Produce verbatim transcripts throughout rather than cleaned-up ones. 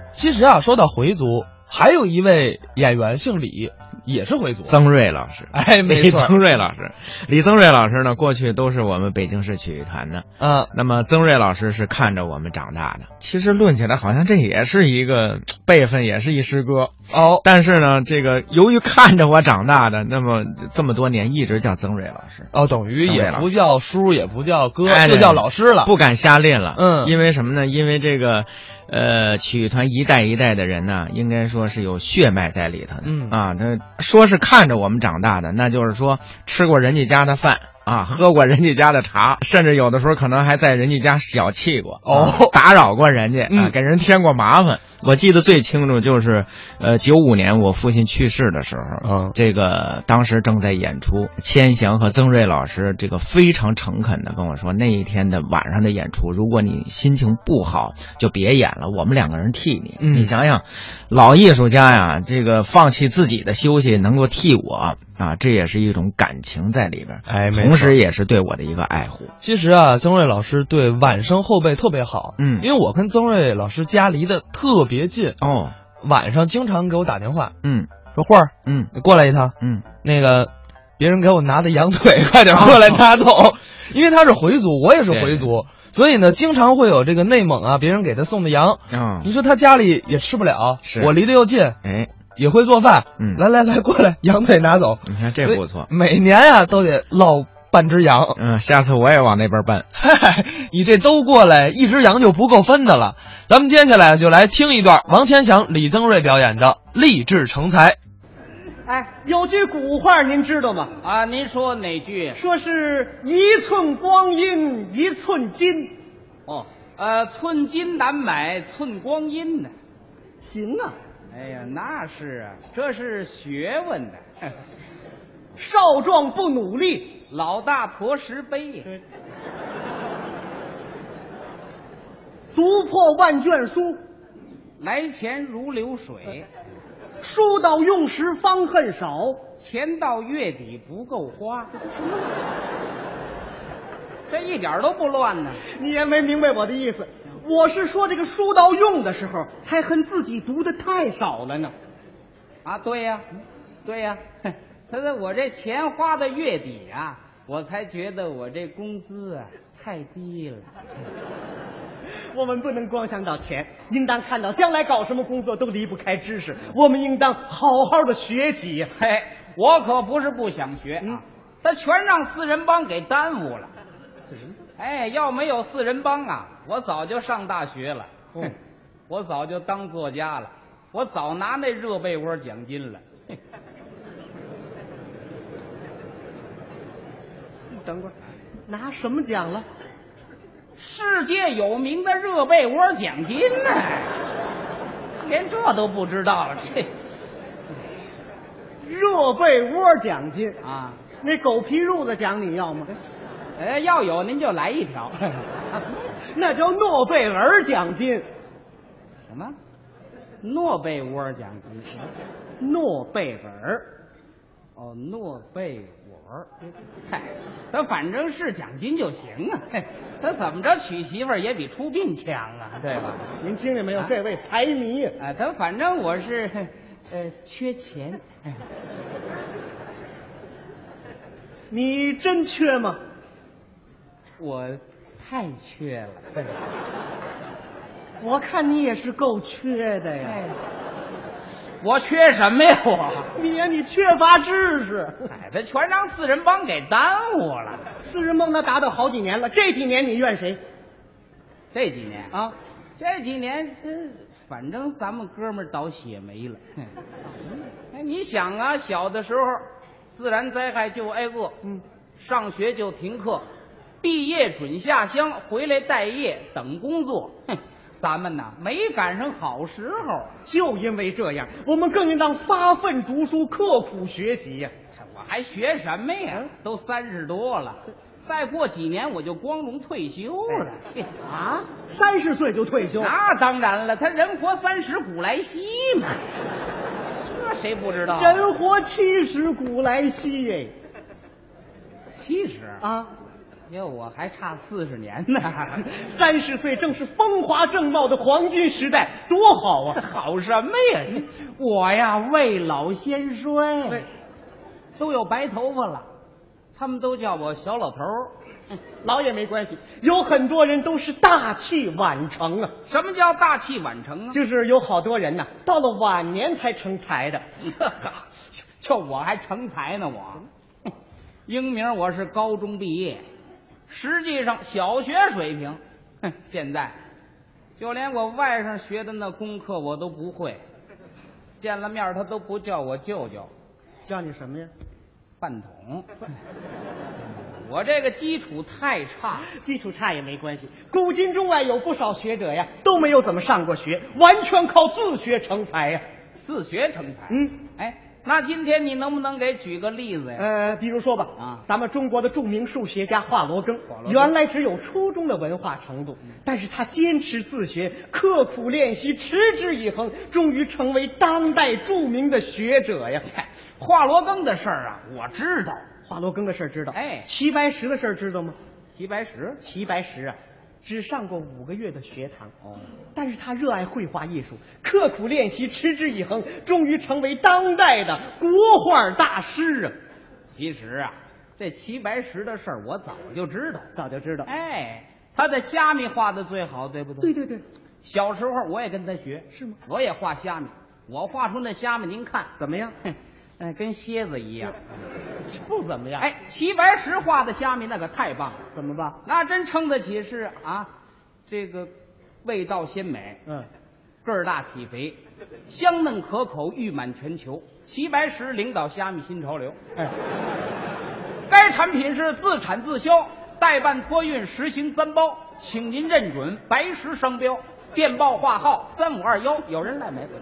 其实啊，说到回族，还有一位演员姓李，也是回族， 曾瑞老师。 哎，没错， 李曾瑞老师，李曾瑞老师呢，过去都是我们北京市曲艺团的。 嗯， 那么曾瑞老师是看着我们长大的。其实论起来，好像这也是一个辈分，也是一师哥哦。 但是呢，这个由于看着我长大的，那么这么多年一直叫曾瑞老师。 哦，等于也不叫叔，也不叫哥， 哎、 就叫老师了， 不敢瞎练了。 嗯， 因为什么呢？因为这个。呃，曲艺团一代一代的人呢，应该说是有血脉在里头的。 嗯啊，他说是看着我们长大的，那就是说吃过人家家的饭啊，喝过人家家的茶，甚至有的时候可能还在人家家小气过哦， 啊、打扰过人家啊、 嗯， 给人添过麻烦。我记得最清楚就是，呃，九五年我父亲去世的时候， 嗯， 这个当时正在演出，千祥和曾瑞老师这个非常诚恳的跟我说，那一天的晚上的演出，如果你心情不好，就别演了，我们两个人替你。 嗯， 你想想，老艺术家呀，这个放弃自己的休息，能够替我啊，这也是一种感情在里边， 哎， 同时也是对我的一个爱护。 其实啊，曾瑞老师对晚生后辈特别好， 嗯， 因为我跟曾瑞老师家离得特别近哦， 晚上经常给我打电话， 嗯， 说慧儿， 嗯， 你过来一趟， 嗯， 那个别人给我拿的羊腿，快点过来拿走，哦、因为他是回族，我也是回族，所以呢，经常会有这个内蒙啊，别人给他送的羊， 嗯， 你说他家里也吃不了， 是我离得又近， 哎。 也会做饭， 嗯， 来来来，过来，羊腿拿走。 你看这不错， 每年啊都得烙半只羊。 嗯，下次我也往那边奔。 嗨，你这都过来，一只羊就不够分的了。咱们接下来就来听一段王千祥、李增瑞表演的《励志成才》。 哎，有句古话您知道吗？ 啊，您说哪句？ 说是一寸光阴一寸金。 哦，呃，寸金难买寸光阴呢。 行啊。 哎呀，那是啊，这是学问的。 少壮不努力， 老大驮石碑。 读破万卷书， 来钱如流水。 书到用时方恨少， 钱到月底不够花。这一点都不乱呢。 你也没明白我的意思。我是说这个书到用的时候，才恨自己读的太少了呢。 啊，对呀，对呀，他说我这钱花到月底啊，我才觉得我这工资啊太低了。 我们不能光想到钱，应当看到将来搞什么工作都离不开知识。我们应当好好的学习。 嘿，我可不是不想学啊， 嗯、 他全让四人帮给耽误了。哎，要没有四人帮啊，我早就上大学了， 哦、 我早就当作家了，我早拿那热被窝奖金了。 等会儿，拿什么奖了？ 世界有名的热被窝奖金呢、啊，连这都不知道了。这热被窝奖金啊， 那狗皮褥子奖你要吗？ 哎，要有您就来一条。 那叫诺贝尔奖金。 什么？诺贝窝奖金？ 诺贝尔？ 哦，诺贝尔。嗨，他反正是奖金就行啊。他怎么着娶媳妇儿也比出殡强啊，对吧？ 您听见没有？啊、这位财迷啊！ 啊，他反正我是，呃，缺钱。 你真缺吗？ 我太缺了。 我看你也是够缺的呀。 我缺什么呀？我你呀，你缺乏知识。 哎，他全让四人帮给耽误了。 四人帮他打倒好几年了，这几年你怨谁？ 这几年啊， 这几年这反正咱们哥们儿倒血霉了。哎，你想啊，小的时候自然灾害就挨饿， 嗯， 上学就停课，毕业准下乡，回来待业等工作。哼，咱们呐没赶上好时候。 就因为这样，我们更应当发奋读书，刻苦学习呀、 啊。我还学什么呀？都三十多了，再过几年我就光荣退休了。 哎、啊，三十岁就退休？ 那当然了，他人活三十古来稀嘛。这谁不知道？ 人活七十古来稀哎。 七十啊？ 哟，我还差四十年呢。 三十岁正是风华正茂的黄金时代，多好啊！ 好什么呀？我呀，未老先衰，都有白头发了，他们都叫我小老头儿。 老也没关系，有很多人都是大器晚成啊。 什么叫大器晚成啊？ 就是有好多人呐，到了晚年才成才的。 就我还成才呢，我英名我是高中毕业，实际上小学水平。现在就连我外甥学的那功课我都不会，见了面他都不叫我舅舅， 叫你什么呀？ 饭桶。我这个基础太差。 基础差也没关系，古今中外有不少学者呀，都没有怎么上过学，完全靠自学成才呀。 自学成才。 嗯， 哎，那今天你能不能给举个例子呀？ 呃，比如说吧， 啊， 咱们中国的著名数学家华罗庚， 华罗庚原来只有初中的文化程度，嗯、但是他坚持自学，刻苦练习，持之以恒，终于成为当代著名的学者呀。 华罗庚的事儿啊，我知道。 华罗庚的事儿知道， 哎， 齐白石的事儿知道吗？ 齐白石， 齐白石啊，只上过五个月的学堂， 哦， 但是他热爱绘画艺术，刻苦练习，持之以恒，终于成为当代的国画大师啊。 其实啊，这齐白石的事儿我早就知道， 早就知道。 哎，他的虾米画的最好，对不对？ 对对对， 小时候我也跟他学， 是吗？ 我也画虾米，我画出那虾米您看怎么样？ 哎，跟蝎子一样， 不怎么样。 哎，齐白石画的虾米那可太棒了， 怎么办？ 那真称得起是啊，这个味道鲜美， 嗯， 个儿大体肥，香嫩可口，誉满全球。齐白石领导虾米新潮流， 哎， 该产品是自产自销，代办托运，实行三包，请您认准白石商标，电报话号三五二幺，有人来没？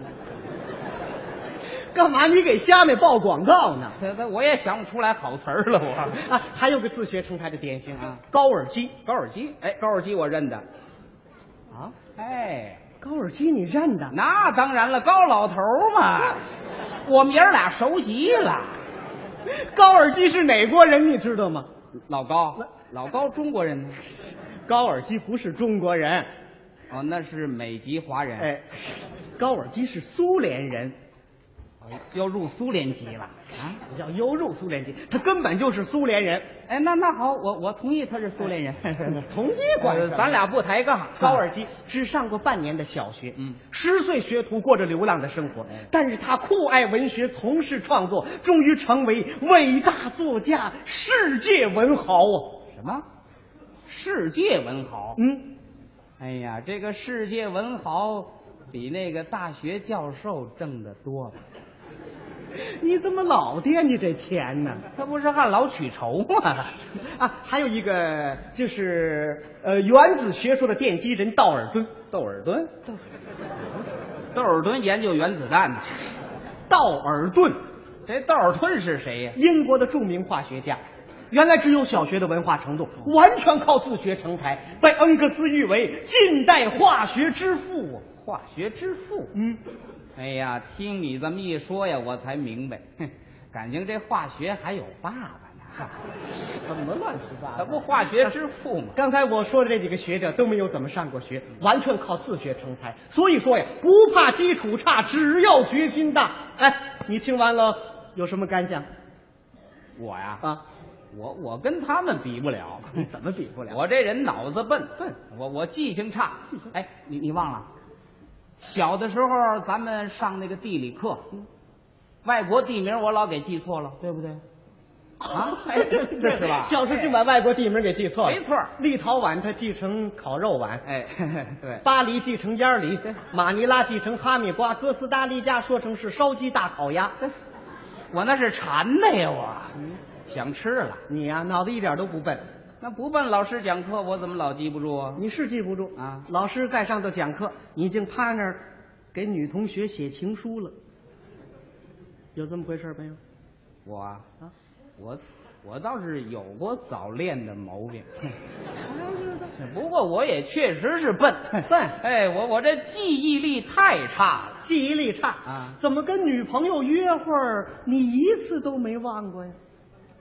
干嘛你给虾米报广告呢？ 我也想不出来好词儿了，我啊，还有个自学成才的典型啊， 高尔基。 高尔基，哎，高尔基我认得。 啊， 哎， 高尔基你认得？ 那当然了，高老头嘛，我们爷儿俩熟极了。 高尔基是哪国人你知道吗？ 老高，老高中国人呢？ 高尔基不是中国人， 哦，那是美籍华人。 哎，高尔基是苏联人。 要入苏联籍了啊！ 要优入苏联籍，他根本就是苏联人。 哎，那那好，我我同意他是苏联人， 同意关咱俩不抬杠。 高尔基只上过半年的小学， 嗯， 十岁学徒过着流浪的生活，但是他酷爱文学，从事创作，终于成为伟大作家、世界文豪啊！ 什么？世界文豪？ 嗯， 哎呀，这个世界文豪比那个大学教授挣得多。 你怎么老惦记这钱呢？ 他不是按劳取酬吗？ 啊，还有一个就是呃原子学说的奠基人道尔顿。 窦尔敦，窦尔敦研究原子弹的。 道尔顿， 这窦尔敦是谁呀？ 英国的著名化学家，原来只有小学的文化程度，完全靠自学成才，被恩格斯誉为近代化学之父啊！ 化学之父， 嗯。 哎呀，听你这么一说呀，我才明白，哼，感情这化学还有爸爸呢， 什么乱七八糟？ 他不化学之父吗？ 刚才我说的这几个学者都没有怎么上过学，完全靠自学成才。所以说呀，不怕基础差，只要决心大。哎，你听完了有什么感想？ 我呀， 啊， 我我跟他们比不了。 你怎么比不了？ 我这人脑子笨， 笨， 我我记性差。哎，你你忘了？小的时候咱们上那个地理课，外国地名我老给记错了，对不对？啊，哎，这是吧？ 小时候就把外国地名给记错了。 没错， 立陶宛它记成烤肉碗， 哎，对， 巴黎记成烟梨，马尼拉记成哈密瓜，哥斯达黎加说成是烧鸡大烤鸭。 我那是馋的呀，我、嗯、想吃了。 你呀、啊，脑子一点都不笨。 那不笨，老师讲课我怎么老记不住啊？ 你是记不住啊！ 老师在上头讲课，你竟趴那儿给女同学写情书了，有这么回事没有？ 我啊，啊我我倒是有过早恋的毛病，不过我也确实是笨笨。 哎，我我这记忆力太差了， 记忆力差啊！ 怎么跟女朋友约会儿，你一次都没忘过呀？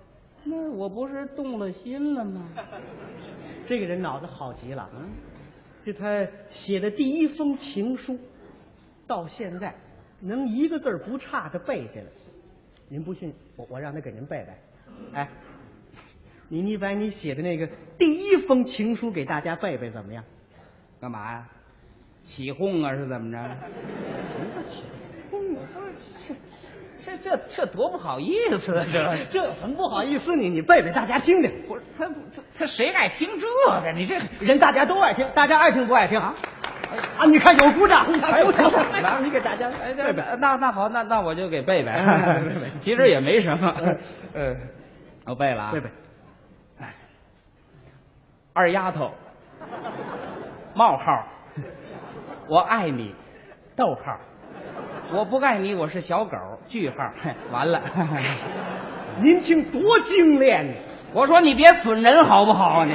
那我不是动了心了吗？ 这个人脑子好极了，嗯，就他写的第一封情书，到现在能一个字儿不差的背下来。您不信，我我让他给您背背。哎，你你把你写的那个第一封情书给大家背背，怎么样？ 干嘛呀？起哄啊，是怎么着？ 什么起哄啊？ 这这这多不好意思啊！这这怎么不好意思你？你背背大家听听。 不是他他他谁爱听这个？你这人大家都爱听，大家爱听不爱听啊？啊！你看有鼓掌，你看鼓掌，来，你给大家哎， 背背。 那那好，那那我就给背背。 背背其实也没什么。呃，我背了啊， 背背。 哎，二丫头，冒号，我爱你，逗号，我不爱你，我是小狗，句号，完了。 您听多精炼呢！ 我说你别损人好不好啊你？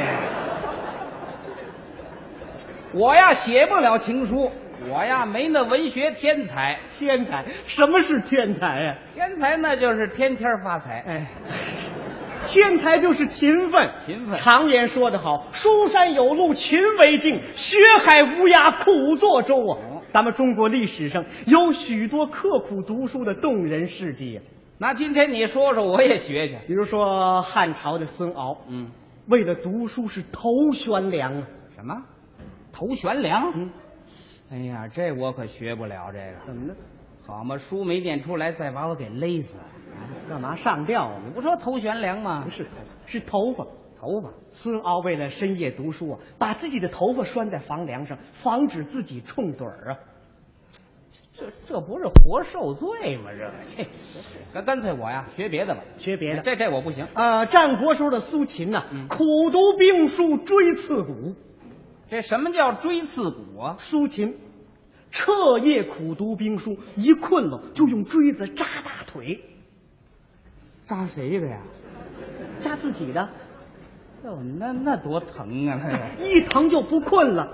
我呀写不了情书，我呀没那文学天才。 天才？什么是天才呀、啊？ 天才那就是天天发财。 哎，天才就是勤奋。 勤奋。 常言说得好，书山有路勤为径，学海无涯苦作舟啊。哦、咱们中国历史上有许多刻苦读书的动人事迹啊。 那今天你说说，我也学学。 比如说汉朝的孙敖， 嗯， 为了读书是头悬梁啊。 什么？头悬梁？ 嗯， 哎呀，这我可学不了这个。 怎么呢？ 好嘛，书没念出来，再把我给勒死了。 干嘛上吊？ 你不说头悬梁吗？ 不是头，是头发。 头发。 孙敖为了深夜读书啊，把自己的头发拴在房梁上，防止自己冲盹儿啊。 这这不是活受罪吗？这这，那干脆我呀学别的吧， 学别的。 这这我不行。 呃，战国时候的苏秦呐、啊，嗯、苦读兵书，锥刺股。 这什么叫锥刺股啊？ 苏秦彻夜苦读兵书，一困了就用锥子扎大腿。 扎谁的呀？ 扎自己的。 哟，那那多疼啊！那一疼就不困了。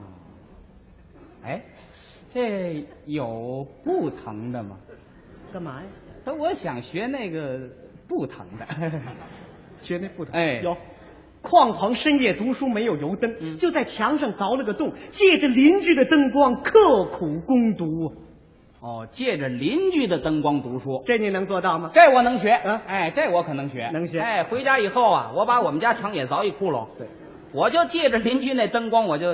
哎，这有不疼的吗？ 干嘛呀？ 可我想学那个不疼的。 学那不疼？ 哎， 有。邝鹏深夜读书没有油灯，嗯、就在墙上凿了个洞，借着邻居的灯光刻苦攻读。 哦，借着邻居的灯光读书， 这你能做到吗？ 这我能学。 啊， 哎，这我可能学， 能学。 哎，回家以后啊，我把我们家墙也凿一窟窿， 对， 我就借着邻居那灯光，我就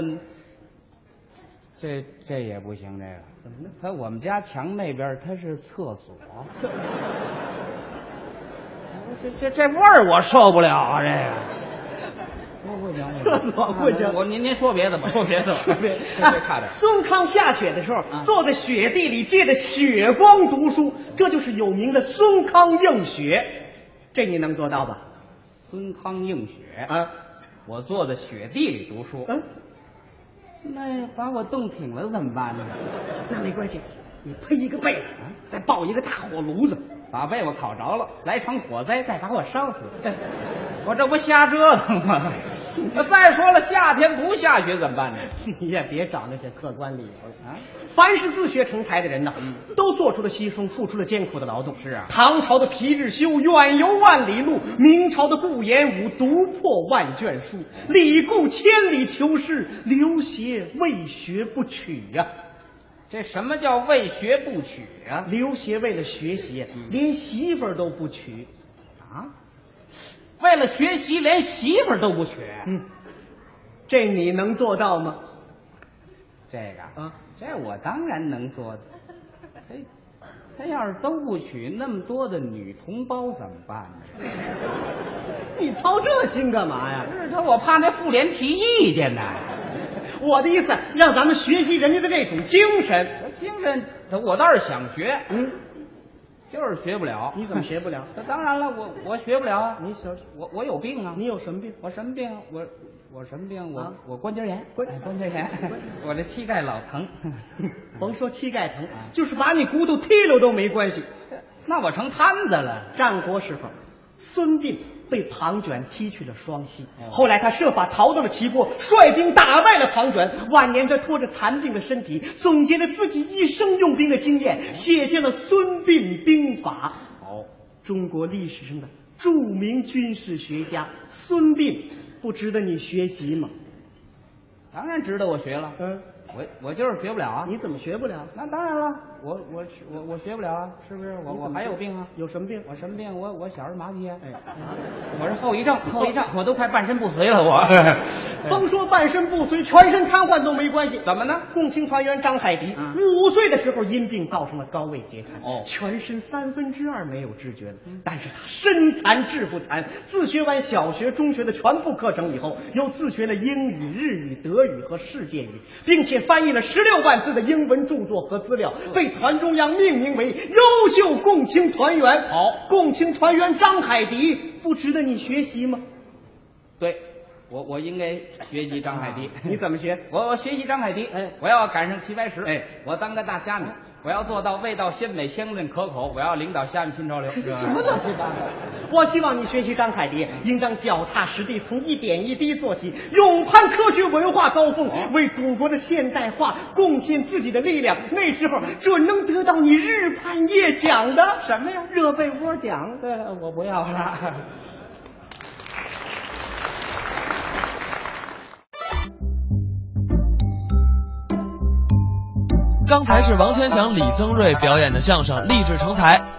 这这也不行，这个怎么呢？ 他我们家墙那边它是厕所，这这这味儿我受不了啊，这个。不行， 厕所不行。 我您您说别的吧，说别的吧，别别看着。 孙康下雪的时候，啊、坐在雪地里，借着雪光读书，这就是有名的孙康映雪。这你能做到吧？ 孙康映雪啊， 我坐在雪地里读书。 嗯、啊， 那把我冻挺了怎么办呢？ 那没关系，你披一个被子，啊、再抱一个大火炉子。 把被我烤着了，来场火灾，再把我烧死，我这不瞎折腾吗？再说了，夏天不下雪怎么办呢？ 你也别找那些客观理由了啊！凡是自学成才的人呢，嗯、都做出了牺牲，付出了艰苦的劳动。 是啊， 唐朝的皮日休远游万里路，明朝的顾炎武读破万卷书，李固千里求是，刘协为学不取啊。 这什么叫为学不娶啊？ 刘协为了学习，嗯、连媳妇儿都不娶啊！为了学习，连媳妇儿都不娶。 嗯，这你能做到吗？ 这个啊， 这我当然能做的。哎，他要是都不娶，那么多的女同胞怎么办呢？ 你操这心干嘛呀？ 是他，我怕那妇联提意见呢。 我的意思，让咱们学习人家的这种精神。 精神，我倒是想学， 嗯， 就是学不了。 你怎么学不了？ 那当然了，我我学不了啊。 你小我我有病啊！ 你有什么病？ 我什么病？我我什么病？我、啊、我关节炎， 关关节炎，我这膝盖老疼。 甭说膝盖疼，啊、就是把你骨头踢了都没关系。 那我成瘫子了。 战国时候，孙膑被庞涓踢去了双膝，哦、后来他设法逃到了齐国，率兵打败了庞涓。晚年他拖着残病的身体，总结了自己一生用兵的经验，写下了《孙膑兵法》。 哦， 中国历史上的著名军事学家孙膑，不值得你学习吗？ 当然值得我学了。 嗯， 我我就是学不了啊。 你怎么学不了？ 那当然了，我我我我学不了啊，是不是？我我还有病啊？ 有什么病？ 我什么病？我我小儿麻痹啊。 哎， 我是后遗症，后遗症，我都快半身不遂了，我。 甭说半身不遂，全身瘫痪都没关系。 怎么呢？ 共青团员张海迪嗯五岁的时候因病造成了高位截瘫， 哦全身三分之二没有知觉了。但是他身残志不残，自学完小学、中学的全部课程以后，又自学了英语、日语、德语和世界语，并且翻译了十六万字的英文著作和资料，被团中央命名为优秀共青团员。 好， 共青团员张海迪不值得你学习吗？ 对，我我应该学习张海迪。 你怎么学？ 我我学习张海迪， 哎我要赶上齐白石， 哎， 我当个大虾米，我要做到味道鲜美、香嫩可口，我要领导虾米新潮流。 什么乱七八糟！我希望你学习张海迪，应当脚踏实地，从一点一滴做起，勇攀科学文化高峰，为祖国的现代化贡献自己的力量。那时候准能得到你日盼夜想的什么呀？ 热被窝奖。 对了，我不要了。 刚才是王千祥、李增瑞表演的相声《励志成才》。